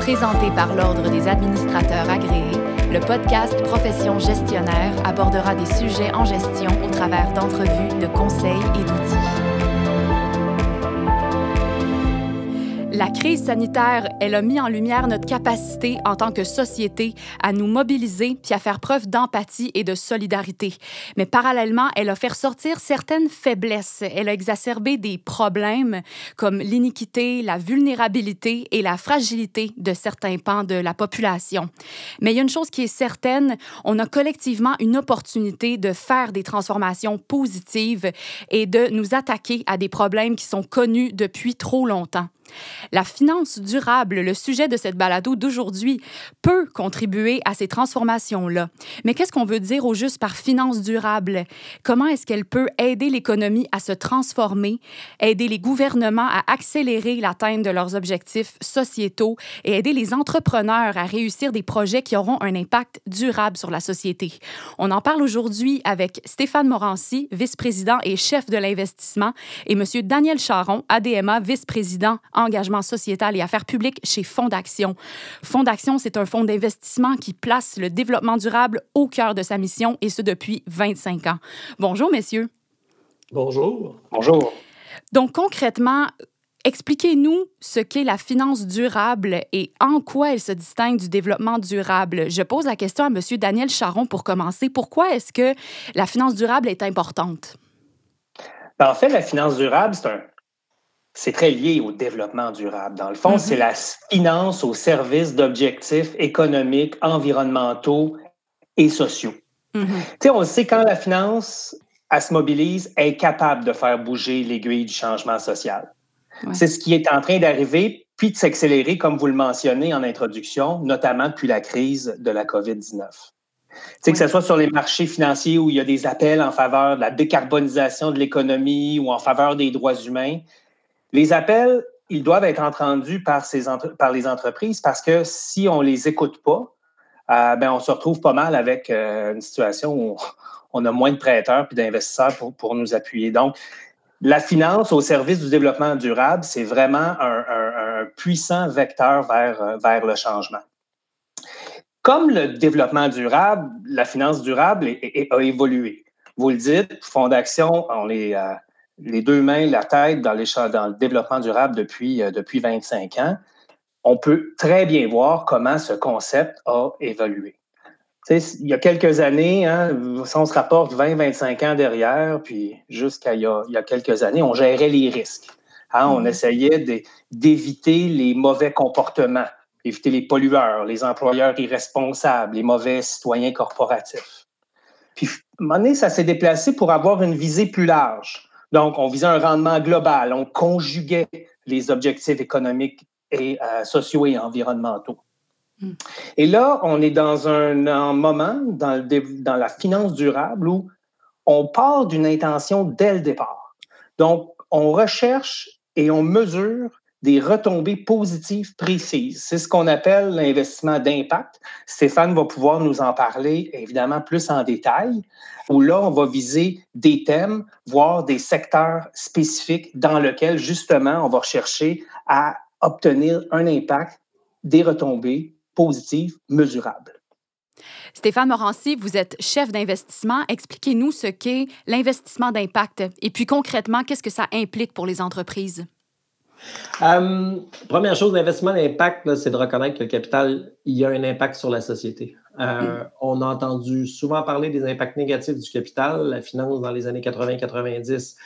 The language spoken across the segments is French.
Présenté par l'Ordre des administrateurs agréés, le podcast Profession gestionnaire abordera des sujets en gestion au travers d'entrevues, de conseils et d'outils. La crise sanitaire, elle a mis en lumière notre capacité en tant que société à nous mobiliser puis à faire preuve d'empathie et de solidarité. Mais parallèlement, elle a fait ressortir certaines faiblesses. Elle a exacerbé des problèmes comme l'iniquité, la vulnérabilité et la fragilité de certains pans de la population. Mais il y a une chose qui est certaine, on a collectivement une opportunité de faire des transformations positives et de nous attaquer à des problèmes qui sont connus depuis trop longtemps. La finance durable, le sujet de cette balado d'aujourd'hui, peut contribuer à ces transformations-là. Mais qu'est-ce qu'on veut dire au juste par finance durable? Comment est-ce qu'elle peut aider l'économie à se transformer, aider les gouvernements à accélérer l'atteinte de leurs objectifs sociétaux et aider les entrepreneurs à réussir des projets qui auront un impact durable sur la société? On en parle aujourd'hui avec Stéphane Morancy, vice-président et chef de l'investissement, et M. Daniel Charron, ADMA, vice-président engagement sociétal et affaires publiques chez Fonds d'Action. Fonds d'Action, c'est un fonds d'investissement qui place le développement durable au cœur de sa mission, et ce depuis 25 ans. Bonjour, messieurs. Bonjour. Bonjour. Donc, concrètement, expliquez-nous ce qu'est la finance durable et en quoi elle se distingue du développement durable. Je pose la question à M. Daniel Charron pour commencer. Pourquoi est-ce que la finance durable est importante? En fait, la finance durable, c'est très lié au développement durable. Dans le fond, c'est la finance au service d'objectifs économiques, environnementaux et sociaux. Tu sais, on sait quand la finance, elle se mobilise, elle est capable de faire bouger l'aiguille du changement social. Ouais. C'est ce qui est en train d'arriver, puis de s'accélérer, comme vous le mentionnez en introduction, notamment depuis la crise de la COVID-19. Tu sais, que ce soit sur les marchés financiers où il y a des appels en faveur de la décarbonisation de l'économie ou en faveur des droits humains, les appels, ils doivent être entendus par les entreprises parce que si on ne les écoute pas, on se retrouve pas mal avec une situation où on a moins de prêteurs puis d'investisseurs pour nous appuyer. Donc, la finance au service du développement durable, c'est vraiment un puissant vecteur vers le changement. Comme le développement durable, la finance durable a évolué. Vous le dites, Fonds d'Action, on est les deux mains, la tête dans le développement durable depuis 25 ans. On peut très bien voir comment ce concept a évolué. Tu sais, il y a quelques années, si on se rapporte 20-25 ans derrière, puis jusqu'à il y a quelques années, on gérait les risques. On essayait d'éviter les mauvais comportements, éviter les pollueurs, les employeurs irresponsables, les mauvais citoyens corporatifs. Puis, à un moment donné, ça s'est déplacé pour avoir une visée plus large. Donc, on visait un rendement global, on conjuguait les objectifs économiques et sociaux et environnementaux. Et là, on est dans un moment dans la finance durable où on part d'une intention dès le départ. Donc, on recherche et on mesure des retombées positives précises. C'est ce qu'on appelle l'investissement d'impact. Stéphane va pouvoir nous en parler, évidemment, plus en détail, où là, on va viser des thèmes, voire des secteurs spécifiques dans lesquels, justement, on va rechercher à obtenir un impact, des retombées positives, mesurables. Stéphane Morancy, vous êtes chef d'investissement. Expliquez-nous ce qu'est l'investissement d'impact et puis concrètement, qu'est-ce que ça implique pour les entreprises? Première chose, l'investissement d'impact, là, c'est de reconnaître que le capital, il y a un impact sur la société. On a entendu souvent parler des impacts négatifs du capital. La finance, dans les années 80-90,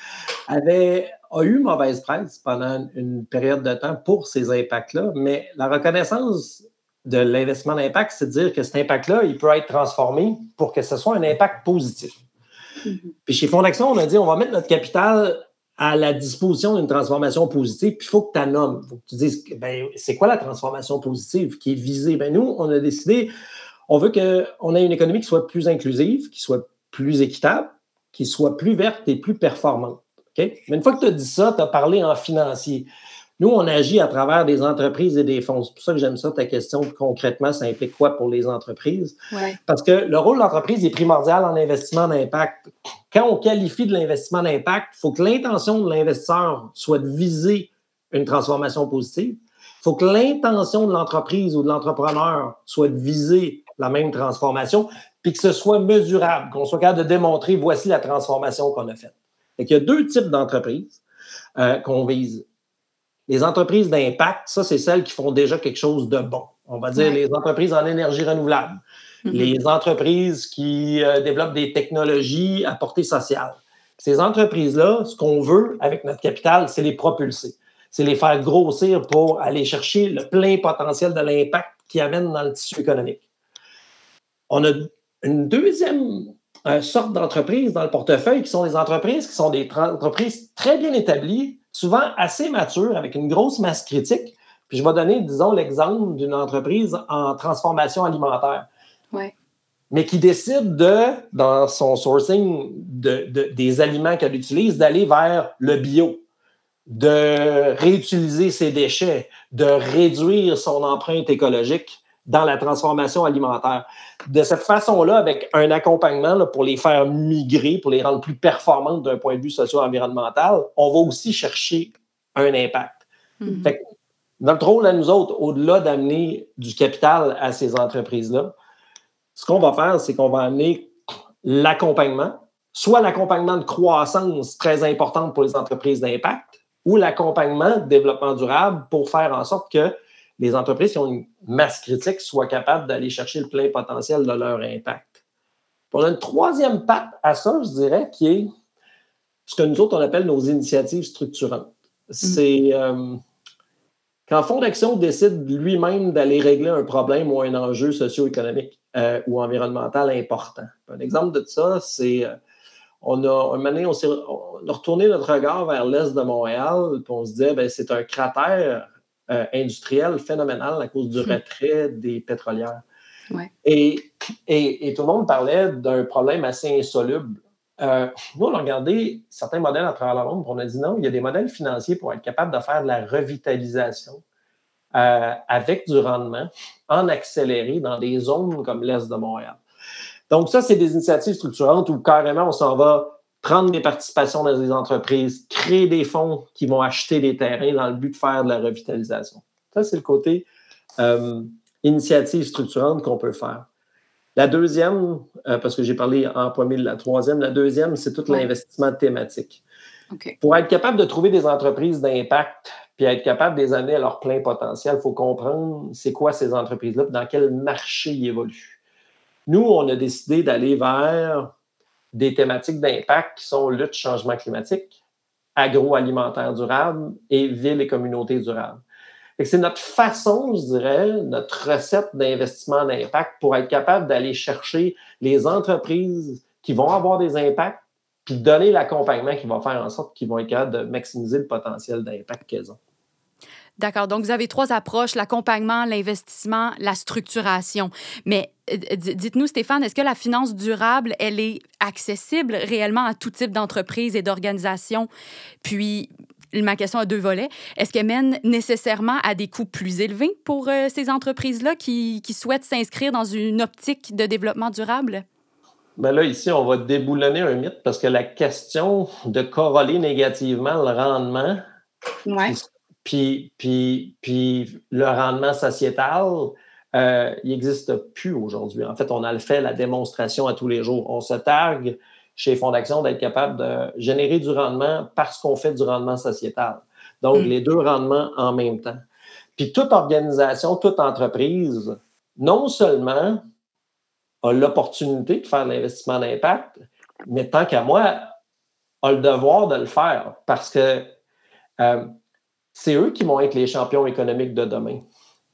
a eu mauvaise presse pendant une période de temps pour ces impacts-là, mais la reconnaissance de l'investissement d'impact, c'est de dire que cet impact-là, il peut être transformé pour que ce soit un impact positif. Puis chez Fonds d'Action, on a dit, on va mettre notre capital à la disposition d'une transformation positive, puis il faut que tu la nommes. Il faut que tu dises, c'est quoi la transformation positive qui est visée? Nous, on a décidé, on veut qu'on ait une économie qui soit plus inclusive, qui soit plus équitable, qui soit plus verte et plus performante. Okay? Mais une fois que tu as dit ça, tu as parlé en financier. Nous, on agit à travers des entreprises et des fonds. C'est pour ça que j'aime ça, ta question. Concrètement, ça implique quoi pour les entreprises? Ouais. Parce que le rôle de l'entreprise est primordial en investissement d'impact. Quand on qualifie de l'investissement d'impact, il faut que l'intention de l'investisseur soit de viser une transformation positive. Il faut que l'intention de l'entreprise ou de l'entrepreneur soit de viser la même transformation, puis que ce soit mesurable, qu'on soit capable de démontrer voici la transformation qu'on a faite. Il y a 2 types d'entreprises qu'on vise. Les entreprises d'impact, ça, c'est celles qui font déjà quelque chose de bon. On va dire les entreprises en énergie renouvelable, les entreprises qui développent des technologies à portée sociale. Ces entreprises-là, ce qu'on veut avec notre capital, c'est les propulser. C'est les faire grossir pour aller chercher le plein potentiel de l'impact qu'ils amènent dans le tissu économique. On a une deuxième sorte d'entreprises dans le portefeuille qui sont des entreprises très bien établies, souvent assez matures, avec une grosse masse critique. Puis je vais donner, disons, l'exemple d'une entreprise en transformation alimentaire. Ouais. Mais qui décide dans son sourcing des aliments qu'elle utilise, d'aller vers le bio, de réutiliser ses déchets, de réduire son empreinte écologique dans la transformation alimentaire. De cette façon-là, avec un accompagnement là, pour les faire migrer, pour les rendre plus performantes d'un point de vue socio-environnemental, on va aussi chercher un impact. Fait que notre rôle à nous autres, au-delà d'amener du capital à ces entreprises-là, ce qu'on va faire, c'est qu'on va amener l'accompagnement, soit l'accompagnement de croissance très importante pour les entreprises d'impact, ou l'accompagnement de développement durable pour faire en sorte que les entreprises qui ont une masse critique soient capables d'aller chercher le plein potentiel de leur impact. Puis on a une troisième patte à ça, je dirais, qui est ce que nous autres, on appelle nos initiatives structurantes. C'est quand Fonds d'Action décide lui-même d'aller régler un problème ou un enjeu socio-économique ou environnemental important. Un exemple de ça, c'est on a retourné notre regard vers l'est de Montréal, puis on se disait, c'est un cratère industriel phénoménal à cause du retrait des pétrolières. Ouais. Et tout le monde parlait d'un problème assez insoluble. Nous, on a regardé certains modèles à travers le monde, puis on a dit non, il y a des modèles financiers pour être capable de faire de la revitalisation avec du rendement en accéléré dans des zones comme l'est de Montréal. Donc ça, c'est des initiatives structurantes où carrément on s'en va prendre des participations dans des entreprises, créer des fonds qui vont acheter des terrains dans le but de faire de la revitalisation. Ça, c'est le côté initiative structurante qu'on peut faire. La deuxième, parce que j'ai parlé en premier de la troisième, la deuxième, c'est tout l'investissement thématique. Okay. Pour être capable de trouver des entreprises d'impact puis être capable de les amener à leur plein potentiel, il faut comprendre c'est quoi ces entreprises-là, dans quel marché ils évoluent. Nous, on a décidé d'aller vers des thématiques d'impact qui sont lutte, changement climatique, agroalimentaire durable et villes et communautés durables. C'est notre façon, je dirais, notre recette d'investissement d'impact pour être capable d'aller chercher les entreprises qui vont avoir des impacts puis donner l'accompagnement qui va faire en sorte qu'ils vont être capables de maximiser le potentiel d'impact qu'elles ont. D'accord. Donc, vous avez 3 approches, l'accompagnement, l'investissement, la structuration. Mais dites-nous, Stéphane, est-ce que la finance durable, elle est accessible réellement à tout type d'entreprise et d'organisation? Puis, ma question a 2 volets. Est-ce qu'elle mène nécessairement à des coûts plus élevés pour ces entreprises-là qui souhaitent s'inscrire dans une optique de développement durable? Bien là, ici, on va déboulonner un mythe parce que la question de corréler négativement le rendement puis le rendement sociétal, il n'existe plus aujourd'hui. En fait, on a fait la démonstration à tous les jours. On se targue chez Fonds d'Action d'être capable de générer du rendement parce qu'on fait du rendement sociétal. Donc, les 2 rendements en même temps. Puis toute organisation, toute entreprise, non seulement a l'opportunité de faire de l'investissement d'impact, mais tant qu'à moi, a le devoir de le faire parce que c'est eux qui vont être les champions économiques de demain.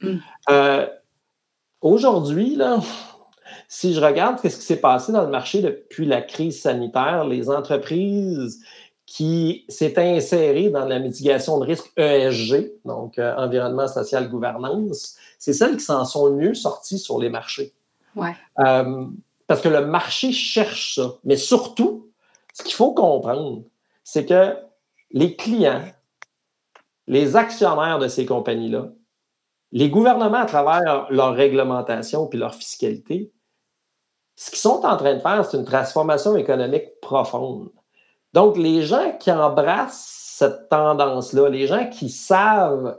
Aujourd'hui, là, si je regarde ce qui s'est passé dans le marché depuis la crise sanitaire, les entreprises qui s'étaient insérées dans la mitigation de risque ESG, donc environnement, social, gouvernance, c'est celles qui s'en sont le mieux sorties sur les marchés. Ouais. Parce que le marché cherche ça. Mais surtout, ce qu'il faut comprendre, c'est que les clients, les actionnaires de ces compagnies-là, les gouvernements à travers leur réglementation puis leur fiscalité, ce qu'ils sont en train de faire, c'est une transformation économique profonde. Donc, les gens qui embrassent cette tendance-là, les gens qui savent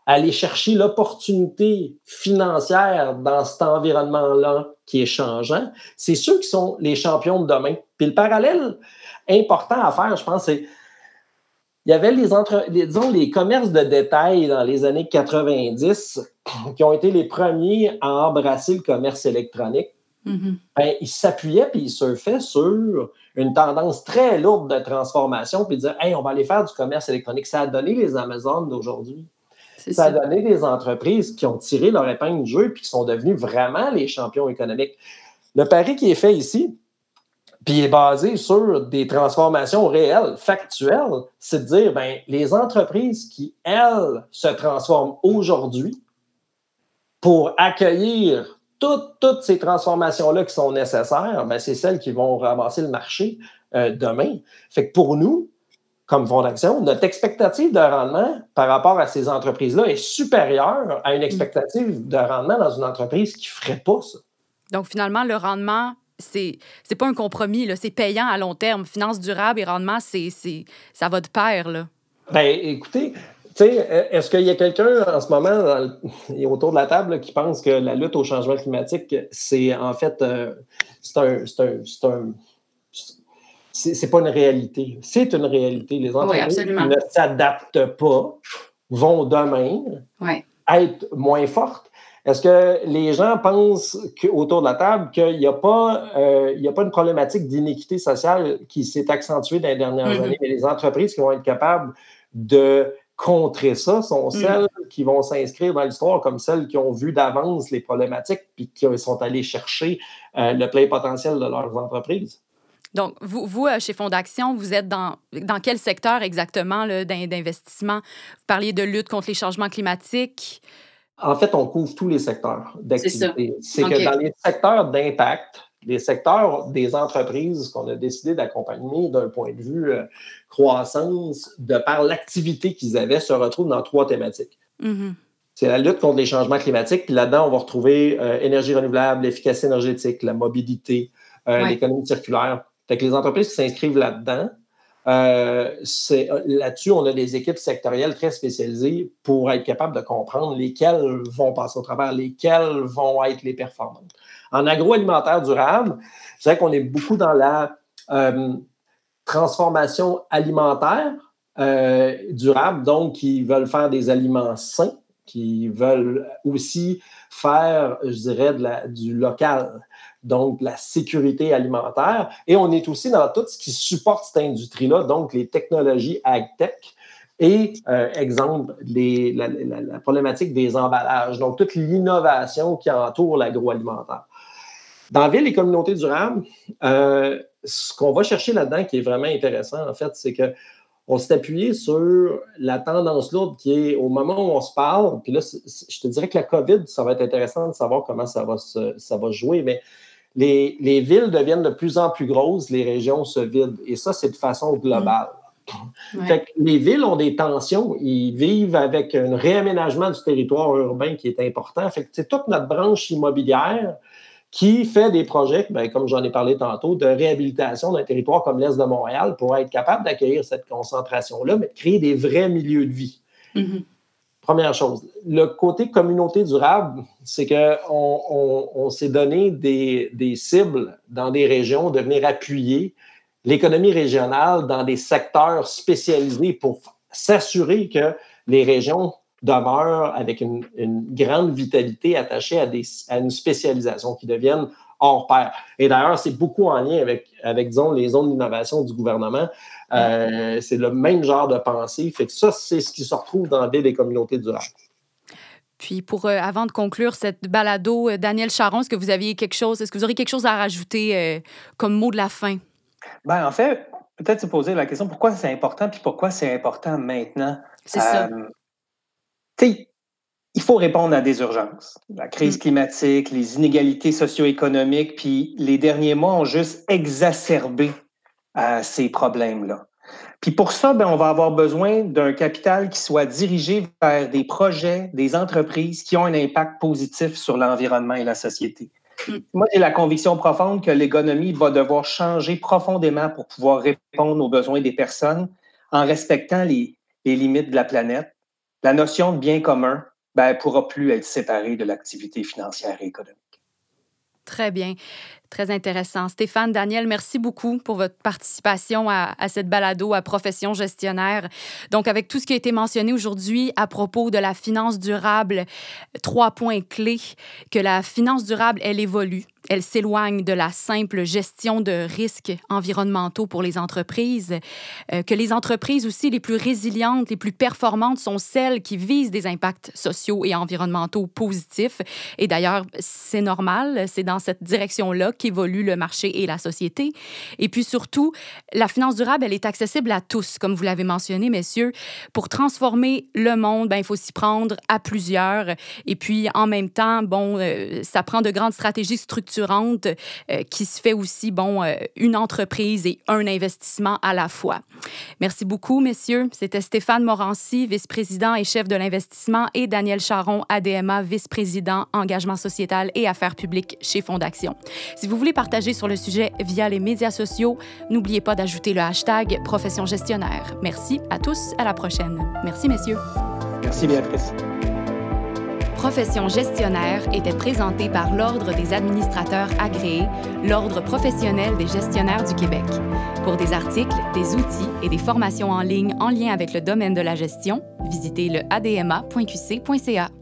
aller chercher l'opportunité financière dans cet environnement-là qui est changeant, c'est ceux qui sont les champions de demain. Puis le parallèle important à faire, je pense, c'est il y avait disons, les commerces de détail dans les années 90 qui ont été les premiers à embrasser le commerce électronique. Mm-hmm. Ben, ils s'appuyaient puis ils surfaient sur une tendance très lourde de transformation puis dire « Hey, on va aller faire du commerce électronique ». Ça a donné les Amazon d'aujourd'hui. Ça a donné des entreprises qui ont tiré leur épingle du jeu puis qui sont devenues vraiment les champions économiques. Le pari qui est fait ici, puis est basé sur des transformations réelles, factuelles, c'est de dire, ben, les entreprises qui, elles, se transforment aujourd'hui pour accueillir toutes ces transformations-là qui sont nécessaires, ben, c'est celles qui vont ramasser le marché demain. Fait que pour nous, comme fonds d'action, notre expectative de rendement par rapport à ces entreprises-là est supérieure à une expectative de rendement dans une entreprise qui ne ferait pas ça. Donc, finalement, le rendement, c'est pas un compromis, là, c'est payant à long terme. Finance durable et rendement, ça va de pair, là. Bien, écoutez, tu sais, est-ce qu'il y a quelqu'un en ce moment autour de la table là, qui pense que la lutte au changement climatique, c'est en fait, c'est pas une réalité. C'est une réalité. Les entreprises qui ne s'adaptent pas vont demain être moins fortes. Est-ce que les gens pensent autour de la table qu'il n'y a pas une problématique d'inéquité sociale qui s'est accentuée dans les dernières années, mais les entreprises qui vont être capables de contrer ça sont celles qui vont s'inscrire dans l'histoire comme celles qui ont vu d'avance les problématiques puis qui sont allées chercher le plein potentiel de leurs entreprises? Donc, vous chez Fonds d'Action, vous êtes dans quel secteur exactement là, d'investissement? Vous parliez de lutte contre les changements climatiques. En fait, on couvre tous les secteurs d'activité. C'est que dans les secteurs d'impact, les secteurs des entreprises qu'on a décidé d'accompagner d'un point de vue croissance, de par l'activité qu'ils avaient, se retrouvent dans 3 thématiques. Mm-hmm. C'est la lutte contre les changements climatiques, puis là-dedans, on va retrouver énergie renouvelable, l'efficacité énergétique, la mobilité, l'économie circulaire. Fait que les entreprises qui s'inscrivent là-dedans, là-dessus, on a des équipes sectorielles très spécialisées pour être capable de comprendre lesquelles vont passer au travers, lesquelles vont être les performantes. En agroalimentaire durable, c'est vrai qu'on est beaucoup dans la transformation alimentaire durable, donc qui veulent faire des aliments sains, qui veulent aussi faire, je dirais, du local. Donc, la sécurité alimentaire. Et on est aussi dans tout ce qui supporte cette industrie-là, donc les technologies ag-tech et, exemple, la problématique des emballages. Donc, toute l'innovation qui entoure l'agroalimentaire. Dans Ville et communautés durables, ce qu'on va chercher là-dedans qui est vraiment intéressant, en fait, c'est qu'on s'est appuyé sur la tendance lourde qui est au moment où on se parle, puis là, je te dirais que la COVID, ça va être intéressant de savoir comment ça va jouer, mais les villes deviennent de plus en plus grosses, les régions se vident. Et ça, c'est de façon globale. Fait que les villes ont des tensions. Ils vivent avec un réaménagement du territoire urbain qui est important. Fait que c'est toute notre branche immobilière qui fait des projets, comme j'en ai parlé tantôt, de réhabilitation d'un territoire comme l'Est de Montréal pour être capable d'accueillir cette concentration-là, mais de créer des vrais milieux de vie. Mm-hmm. Première chose. Le côté communauté durable, c'est qu'on s'est donné des cibles dans des régions de venir appuyer l'économie régionale dans des secteurs spécialisés pour s'assurer que les régions demeurent avec une grande vitalité attachée à une spécialisation qui devienne hors pair. Et d'ailleurs, c'est beaucoup en lien avec disons, les zones d'innovation du gouvernement. C'est le même genre de pensée. Fait que ça, c'est ce qui se retrouve dans des communautés durables. Puis, avant de conclure cette balado, Daniel Charron, est-ce que vous auriez quelque chose à rajouter comme mot de la fin? Bien, en fait, peut-être se poser la question pourquoi c'est important, puis pourquoi c'est important maintenant. C'est ça. Tu sais, il faut répondre à des urgences. La crise climatique, les inégalités socio-économiques, puis les derniers mois ont juste exacerbé ces problèmes-là. Puis pour ça, on va avoir besoin d'un capital qui soit dirigé vers des projets, des entreprises qui ont un impact positif sur l'environnement et la société. Moi, j'ai la conviction profonde que l'économie va devoir changer profondément pour pouvoir répondre aux besoins des personnes en respectant les limites de la planète, la notion de bien commun ne pourra plus être séparée de l'activité financière et économique. Très bien. Très intéressant. Stéphane, Daniel, merci beaucoup pour votre participation à cette balado à Profession gestionnaire. Donc, avec tout ce qui a été mentionné aujourd'hui à propos de la finance durable, 3 points clés, que la finance durable, elle évolue. Elle s'éloigne de la simple gestion de risques environnementaux pour les entreprises, que les entreprises aussi les plus résilientes, les plus performantes sont celles qui visent des impacts sociaux et environnementaux positifs. Et d'ailleurs, c'est normal, c'est dans cette direction-là qu'évolue le marché et la société. Et puis surtout, la finance durable, elle est accessible à tous, comme vous l'avez mentionné, messieurs. Pour transformer le monde, il faut s'y prendre à plusieurs. Et puis, en même temps, ça prend de grandes stratégies structurelles qui se fait aussi, une entreprise et un investissement à la fois. Merci beaucoup, messieurs. C'était Stéphane Morancy, vice-président et chef de l'investissement, et Daniel Charron, ADMA, vice-président, engagement sociétal et affaires publiques chez Fondation. Si vous voulez partager sur le sujet via les médias sociaux, n'oubliez pas d'ajouter le hashtag Profession gestionnaire. Merci à tous. À la prochaine. Merci, messieurs. Merci, Béatrice. Profession gestionnaire était présentée par l'Ordre des administrateurs agréés, l'Ordre professionnel des gestionnaires du Québec. Pour des articles, des outils et des formations en ligne en lien avec le domaine de la gestion, visitez le adma.qc.ca.